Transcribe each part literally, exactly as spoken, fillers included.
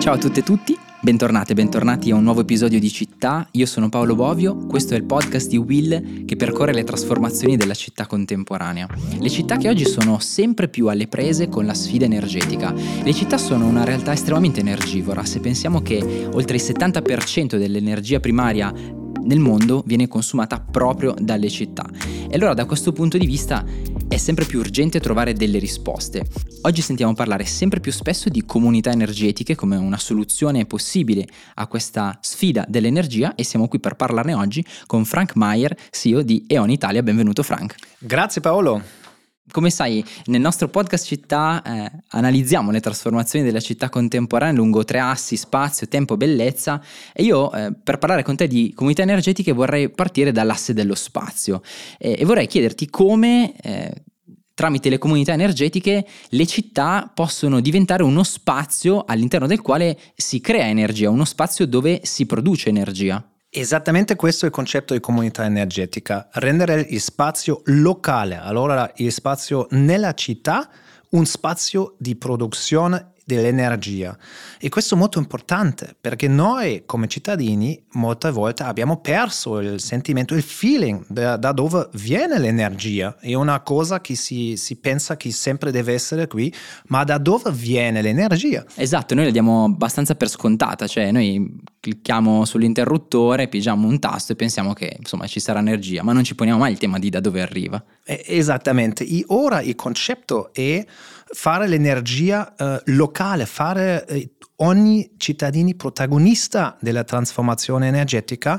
Ciao a tutte e tutti, bentornate e bentornati a un nuovo episodio di Città. Io sono Paolo Bovio, questo è il podcast di Will che percorre le trasformazioni della città contemporanea. Le città che oggi sono sempre più alle prese con la sfida energetica. Le città sono una realtà estremamente energivora, se pensiamo che oltre il settanta per cento dell'energia primaria nel mondo viene consumata proprio dalle città. E allora da questo punto di vista è sempre più urgente trovare delle risposte. Oggi sentiamo parlare sempre più spesso di comunità energetiche come una soluzione possibile a questa sfida dell'energia e siamo qui per parlarne oggi con Frank Meyer, C E O di E.ON Italia. Benvenuto Frank. Grazie Paolo. Come sai, nel nostro podcast Città eh, analizziamo le trasformazioni della città contemporanea lungo tre assi: spazio, tempo, bellezza, e io eh, per parlare con te di comunità energetiche vorrei partire dall'asse dello spazio eh, e vorrei chiederti come eh, tramite le comunità energetiche le città possono diventare uno spazio all'interno del quale si crea energia, uno spazio dove si produce energia. Esattamente questo è il concetto di comunità energetica, rendere il spazio locale, allora il spazio nella città, un spazio di produzione dell'energia. E questo è molto importante perché noi come cittadini molte volte abbiamo perso il sentimento, il feeling da, da dove viene l'energia. È una cosa che si, si pensa che sempre deve essere qui, ma da dove viene l'energia? Esatto, noi la diamo abbastanza per scontata, cioè noi clicchiamo sull'interruttore, pigiamo un tasto e pensiamo che insomma ci sarà energia, ma non ci poniamo mai il tema di da dove arriva. Esattamente, e ora il concetto è fare l'energia eh, locale, fare eh, ogni cittadino protagonista della trasformazione energetica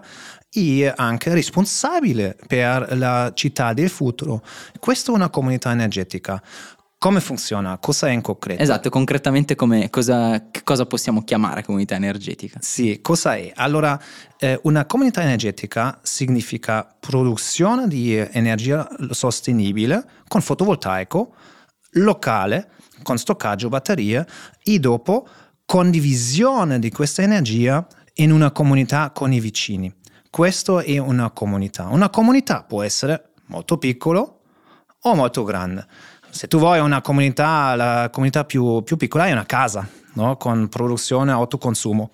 e anche responsabile per la città del futuro. Questa è una comunità energetica. Come funziona? Cosa è in concreto? Esatto, concretamente come, cosa, che cosa possiamo chiamare comunità energetica? Sì, cosa è? Allora, eh, una comunità energetica significa produzione di energia sostenibile con fotovoltaico, locale, con stoccaggio, batterie e dopo condivisione di questa energia in una comunità con i vicini. Questo è una comunità. Una comunità può essere molto piccolo o molto grande. Se tu vuoi una comunità, la comunità più, più piccola è una casa, no? Con produzione autoconsumo.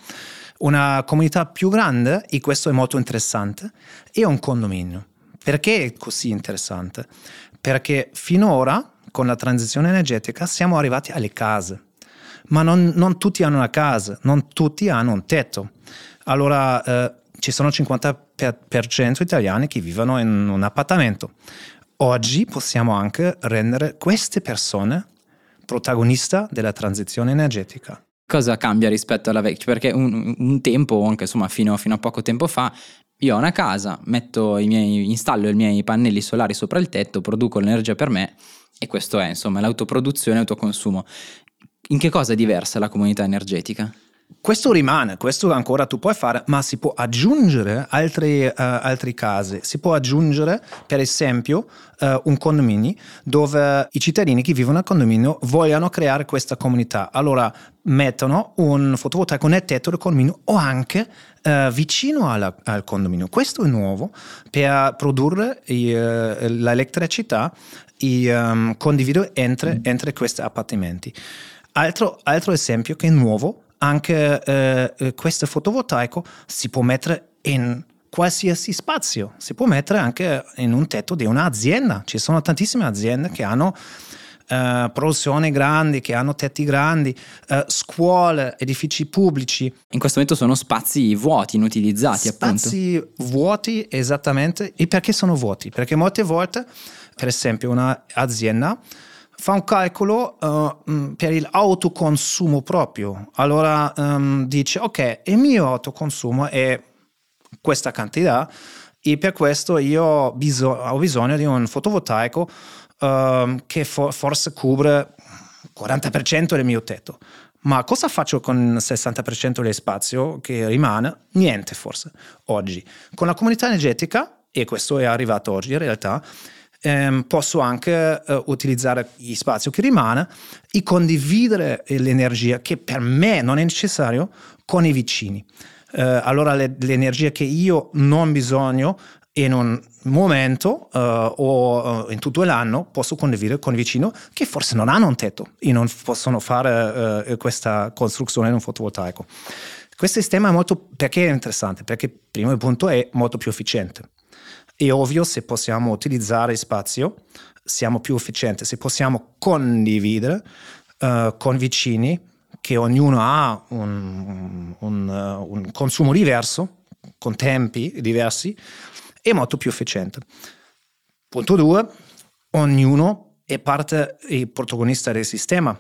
Una comunità più grande, e questo è molto interessante, è un condominio. Perché è così interessante? Perché finora con la transizione energetica siamo arrivati alle case, ma non, non tutti hanno una casa, non tutti hanno un tetto. Allora eh, ci sono cinquanta per cento italiani che vivono in un appartamento. Oggi possiamo anche rendere queste persone protagoniste della transizione energetica. Cosa cambia rispetto alla vecchia? Perché un, un tempo, anche insomma fino, fino a poco tempo fa, io ho una casa, metto i miei, installo i miei pannelli solari sopra il tetto, produco l'energia per me e questo è insomma l'autoproduzione e autoconsumo. In che cosa è diversa la comunità energetica? Questo rimane, questo ancora tu puoi fare, ma si può aggiungere altri, uh, altri casi. Si può aggiungere, per esempio, uh, un condominio dove i cittadini che vivono al condominio vogliono creare questa comunità. Allora mettono un fotovoltaico nel tetto del condominio o anche uh, vicino alla, al condominio. Questo è nuovo per produrre uh, l'elettricità e um, condividere entre, entre questi appartamenti. Altro, altro esempio che è nuovo, anche eh, questo fotovoltaico si può mettere in qualsiasi spazio, si può mettere anche in un tetto di un'azienda. Ci sono tantissime aziende che hanno eh, produzioni grandi, che hanno tetti grandi, eh, scuole, edifici pubblici. In questo momento sono spazi vuoti, inutilizzati, spazi appunto. Spazi vuoti, esattamente. E perché sono vuoti? Perché molte volte, per esempio, un'azienda fa un calcolo uh, per l'autoconsumo proprio. Allora um, dice, ok, il mio autoconsumo è questa quantità e per questo io ho, biso- ho bisogno di un fotovoltaico uh, che for- forse copre il quaranta per cento del mio tetto. Ma cosa faccio con il sessanta per cento del spazio che rimane? Niente forse oggi. Con la comunità energetica, e questo è arrivato oggi in realtà, ehm, posso anche eh, utilizzare gli spazio che rimane e condividere l'energia che per me non è necessario con i vicini. Eh, allora le, l'energia che io non bisogno in un momento uh, o uh, in tutto l'anno posso condividere con vicino che forse non hanno un tetto e non possono fare uh, questa costruzione in un fotovoltaico. Questo sistema è molto, perché è interessante? Perché primo punto è molto più efficiente. È ovvio, se possiamo utilizzare spazio siamo più efficienti, se possiamo condividere uh, con vicini che ognuno ha un, un, uh, un consumo diverso, con tempi diversi, è molto più efficiente. Punto due, ognuno è parte e protagonista del sistema.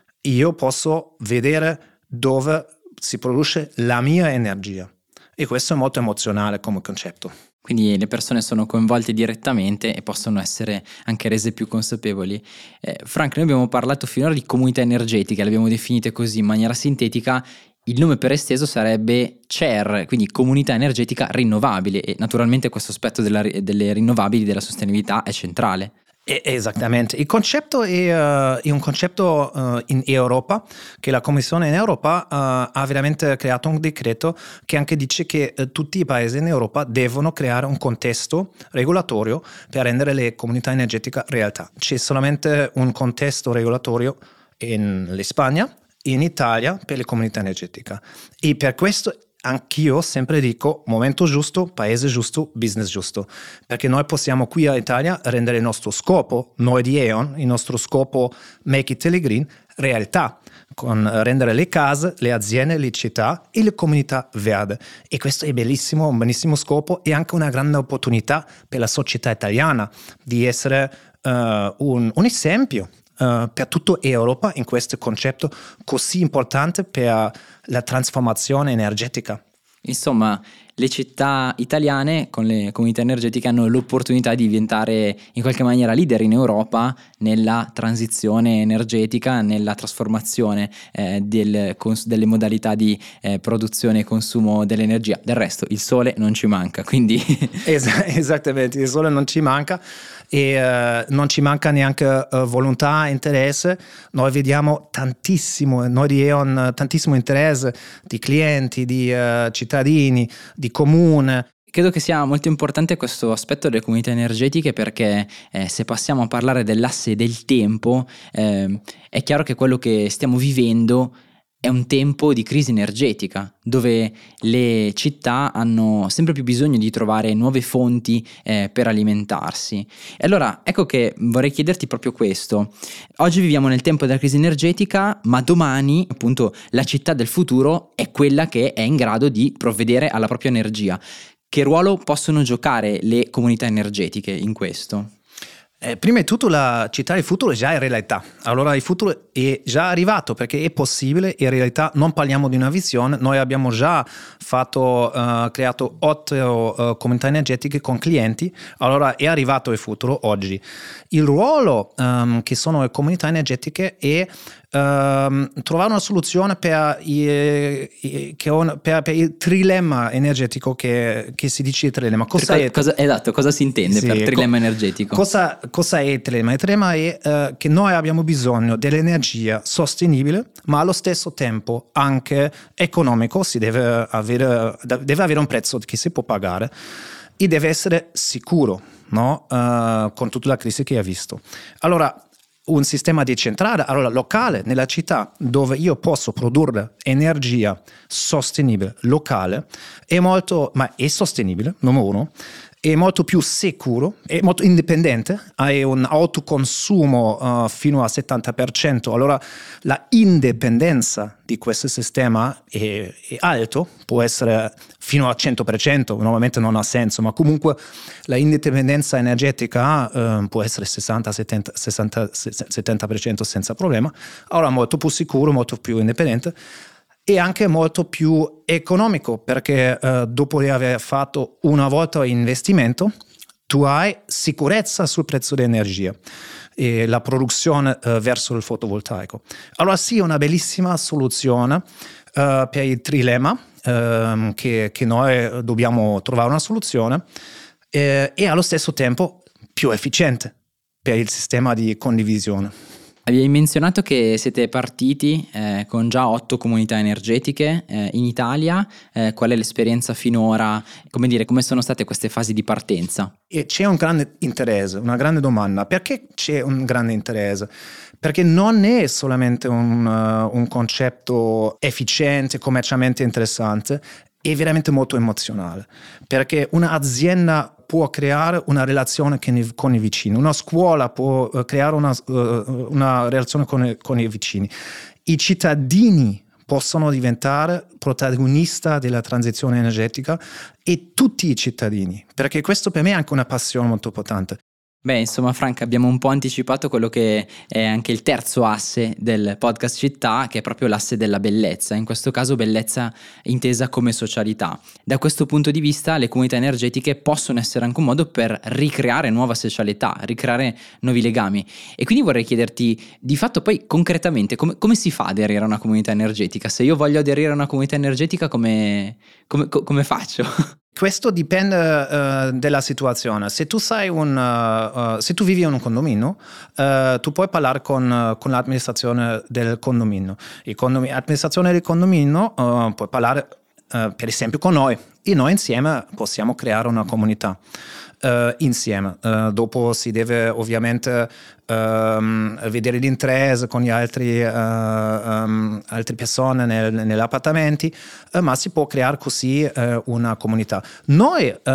Io posso vedere dove si produce la mia energia e questo è molto emozionale come concetto. Quindi le persone sono coinvolte direttamente e possono essere anche rese più consapevoli. Eh, Frank, noi abbiamo parlato finora di comunità energetiche, le abbiamo definite così in maniera sintetica. Il nome per esteso sarebbe C E R, quindi comunità energetica rinnovabile, e naturalmente questo aspetto della, delle rinnovabili, della sostenibilità è centrale. Esattamente, il concetto è, uh, è un concetto uh, in Europa, che la Commissione in Europa uh, ha veramente creato un decreto che anche dice che uh, tutti i paesi in Europa devono creare un contesto regolatorio per rendere le comunità energetiche realtà. C'è solamente un contesto regolatorio in Spagna, in Italia per le comunità energetiche, e per questo anch'io sempre dico momento giusto, paese giusto, business giusto, perché noi possiamo qui in Italia rendere il nostro scopo, noi di E O N, il nostro scopo Make Italy Green, realtà, con rendere le case, le aziende, le città e le comunità verde. E questo è bellissimo, un bellissimo scopo e anche una grande opportunità per la società italiana di essere uh, un, un esempio Uh, per tutta Europa in questo concetto così importante per la trasformazione energetica. Insomma, le città italiane con le comunità energetiche hanno l'opportunità di diventare in qualche maniera leader in Europa nella transizione energetica, nella trasformazione eh, del, cons- delle modalità di eh, produzione e consumo dell'energia. Del resto il sole non ci manca, quindi... Es- esattamente, il sole non ci manca e uh, non ci manca neanche uh, volontà, interesse. Noi vediamo tantissimo, noi di E O N, tantissimo interesse di clienti, di uh, cittadini, di comune. Credo che sia molto importante questo aspetto delle comunità energetiche perché eh, se passiamo a parlare dell'asse del tempo, eh, è chiaro che quello che stiamo vivendo è un tempo di crisi energetica, dove le città hanno sempre più bisogno di trovare nuove fonti eh, per alimentarsi. E allora ecco che vorrei chiederti proprio questo. Oggi viviamo nel tempo della crisi energetica, ma domani appunto la città del futuro è quella che è in grado di provvedere alla propria energia. Che ruolo possono giocare le comunità energetiche in questo? Eh, prima di tutto la città del futuro è già in realtà, allora il futuro è già arrivato perché è possibile, in realtà non parliamo di una visione, noi abbiamo già fatto, uh, creato otto uh, comunità energetiche con clienti, allora è arrivato il futuro oggi. Il ruolo um, che sono le comunità energetiche è um, trovare una soluzione per, i, i, che on, per, per il trilemma energetico che, che si dice trilemma. Cosa è, cosa, esatto, cosa si intende sì, per trilemma co- energetico? Cosa, cosa è il trilemma? Il trilemma è uh, che noi abbiamo bisogno dell'energia sostenibile, ma allo stesso tempo anche economico, si deve avere, deve avere un prezzo che si può pagare e deve essere sicuro, no? Uh, con tutta la crisi che ha visto. Allora, un sistema decentrato, allora locale, nella città, dove io posso produrre energia sostenibile locale, è molto, ma è sostenibile, numero uno, è molto più sicuro, è molto indipendente, hai un autoconsumo uh, fino al settanta per cento, allora la indipendenza di questo sistema è, è alto, può essere fino al cento per cento, normalmente non ha senso, ma comunque la indipendenza energetica uh, può essere sessanta settanta per cento senza problema, allora molto più sicuro, molto più indipendente. E anche molto più economico perché uh, dopo di aver fatto una volta investimento tu hai sicurezza sul prezzo dell'energia e la produzione uh, verso il fotovoltaico. Allora sì, è una bellissima soluzione uh, per il trilemma uh, che, che noi dobbiamo trovare una soluzione eh, e allo stesso tempo più efficiente per il sistema di condivisione. Avevi menzionato che siete partiti eh, con già otto comunità energetiche eh, in Italia. Eh, qual è l'esperienza finora? Come dire, come sono state queste fasi di partenza? E c'è un grande interesse, una grande domanda. Perché c'è un grande interesse? Perché non è solamente un, uh, un concetto efficiente, commercialmente interessante, è veramente molto emozionale. Perché un'azienda può creare una relazione con i vicini, una scuola può creare una, uh, una relazione con, con i vicini. I cittadini possono diventare protagonisti della transizione energetica e tutti i cittadini, perché questo per me è anche una passione molto importante. Beh, insomma, Franca, abbiamo un po' anticipato quello che è anche il terzo asse del podcast Città, che è proprio l'asse della bellezza, in questo caso bellezza intesa come socialità. Da questo punto di vista le comunità energetiche possono essere anche un modo per ricreare nuova socialità, ricreare nuovi legami. E quindi vorrei chiederti, di fatto poi concretamente, come, come si fa ad aderire a una comunità energetica? Se io voglio aderire a una comunità energetica, come, come, come faccio? Questo dipende uh, dalla situazione. Se tu sei un, uh, uh, se tu vivi in un condominio, uh, tu puoi parlare con, uh, con l'amministrazione del condominio. L'amministrazione del condominio uh, puoi parlare uh, per esempio con noi e noi insieme possiamo creare una comunità. Uh, insieme. Uh, dopo si deve ovviamente uh, vedere l'interesse con gli altri uh, um, altre persone nel, negli appartamenti, uh, ma si può creare così uh, una comunità. Noi, uh,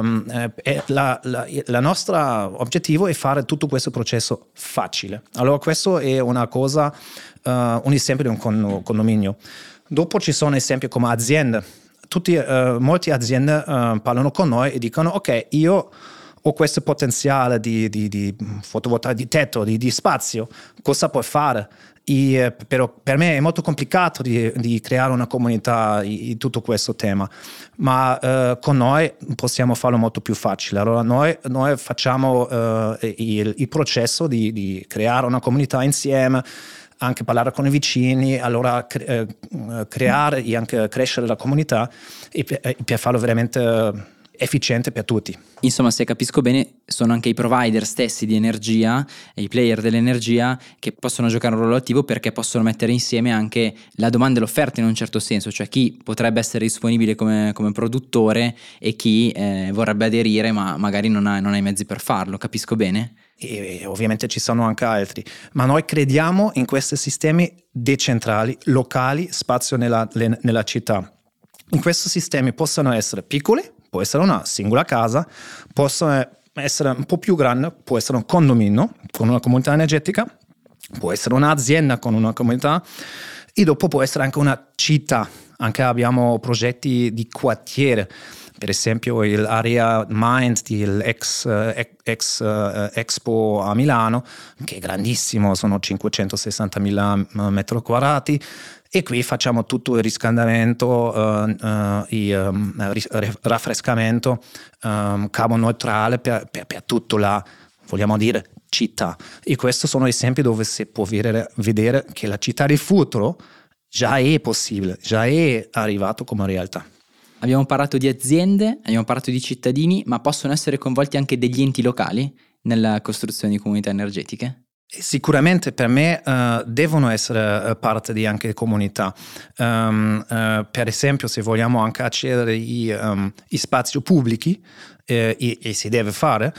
la, la, la nostro obiettivo è fare tutto questo processo facile. Allora questo è una cosa, uh, un esempio di un condominio. Dopo ci sono esempi come aziende. Tutti, uh, molte aziende uh, parlano con noi e dicono ok, io ho questo potenziale di, di, di fotovoltaico, di tetto, di, di spazio, cosa puoi fare? E, però per me è molto complicato di, di creare una comunità in tutto questo tema, ma uh, con noi possiamo farlo molto più facile. Allora noi, noi facciamo uh, il, il processo di, di creare una comunità insieme, anche parlare con i vicini, allora cre- eh, creare e anche crescere la comunità e per, e per farlo veramente efficiente per tutti. Insomma, se capisco bene, sono anche i provider stessi di energia e i player dell'energia che possono giocare un ruolo attivo, perché possono mettere insieme anche la domanda e l'offerta in un certo senso, cioè chi potrebbe essere disponibile come, come produttore e chi eh, vorrebbe aderire ma magari non ha, non ha i mezzi per farlo. Capisco bene? E ovviamente ci sono anche altri, ma noi crediamo in questi sistemi decentrali, locali, spazio nella, nella città. In questi sistemi possono essere piccoli, può essere una singola casa, possono essere un po' più grande, può essere un condominio con una comunità energetica, può essere un'azienda con una comunità e dopo può essere anche una città. Anche abbiamo progetti di quartiere. Per esempio l'area Mind dell'ex ex, uh, Expo a Milano, che è grandissimo, sono cinquecentosessantamila metri quadrati, e qui facciamo tutto il riscaldamento, uh, uh, il um, raffrescamento, um, carbon neutrale per, per, per tutto la, vogliamo dire, città. E questi sono esempi dove si può vedere, vedere che la città del futuro già è possibile, già è arrivato come realtà. Abbiamo parlato di aziende, abbiamo parlato di cittadini, ma possono essere coinvolti anche degli enti locali nella costruzione di comunità energetiche? Sicuramente per me uh, devono essere parte di anche comunità. Um, uh, per esempio, se vogliamo anche accedere ai um, spazi pubblici, eh, e, e si deve fare,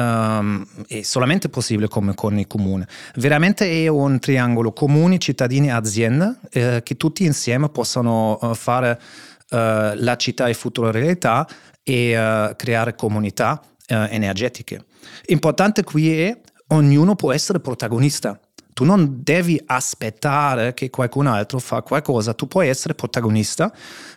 um, è solamente possibile come con il comune. Veramente è un triangolo comuni, cittadini e aziende eh, che tutti insieme possono uh, fare Uh, la città e futura realtà e uh, creare comunità uh, energetiche. Importante qui è ognuno può essere protagonista. Tu non devi aspettare che qualcun altro fa qualcosa, tu puoi essere protagonista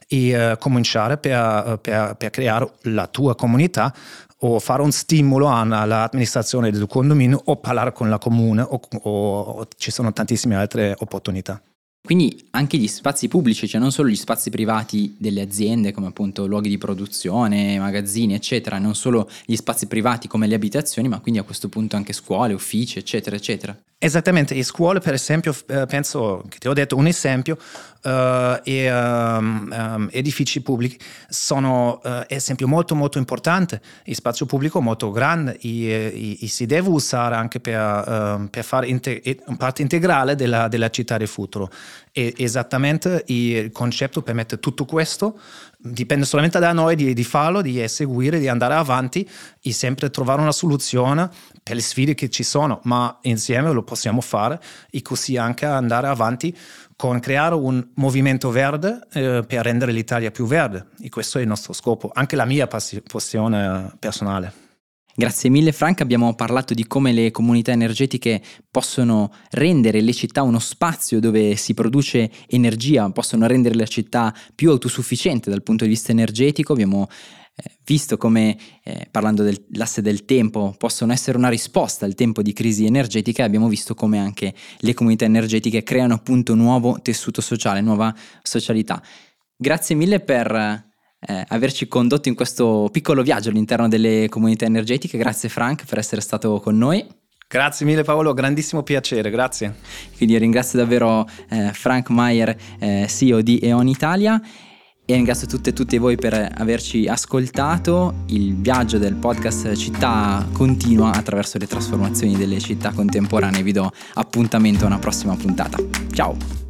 e uh, cominciare per, uh, per, per creare la tua comunità, o fare un stimolo all'amministrazione del condominio, o parlare con la comune, o, o, o ci sono tantissime altre opportunità. Quindi anche gli spazi pubblici, cioè non solo gli spazi privati delle aziende come appunto luoghi di produzione, magazzini eccetera, non solo gli spazi privati come le abitazioni, ma quindi a questo punto anche scuole, uffici eccetera eccetera. Esattamente, le scuole per esempio, penso che ti ho detto un esempio, uh, e um, um, edifici pubblici sono uh, esempio molto molto importante, il spazio pubblico molto grande e, e, e si deve usare anche per, uh, per fare inte- parte integrale della, della città del futuro. E esattamente il concetto permette tutto questo, dipende solamente da noi di, di farlo, di eseguire, di andare avanti e sempre trovare una soluzione per le sfide che ci sono, ma insieme lo possiamo fare e così anche andare avanti con creare un movimento verde eh, per rendere l'Italia più verde, e questo è il nostro scopo, anche la mia passione personale. Grazie mille Frank, abbiamo parlato di come le comunità energetiche possono rendere le città uno spazio dove si produce energia, possono rendere la città più autosufficiente dal punto di vista energetico. Abbiamo eh, visto come, eh, parlando dell'asse del tempo, possono essere una risposta al tempo di crisi energetica, e abbiamo visto come anche le comunità energetiche creano appunto nuovo tessuto sociale, nuova socialità. Grazie mille per Eh, averci condotto in questo piccolo viaggio all'interno delle comunità energetiche. Grazie Frank per essere stato con noi. Grazie mille Paolo, grandissimo piacere, grazie. Quindi ringrazio davvero eh, Frank Meyer, eh, C E O di E O N Italia, e ringrazio tutte e tutti voi per averci ascoltato. Il viaggio del podcast Città continua attraverso le trasformazioni delle città contemporanee. Vi do appuntamento a una prossima puntata. Ciao!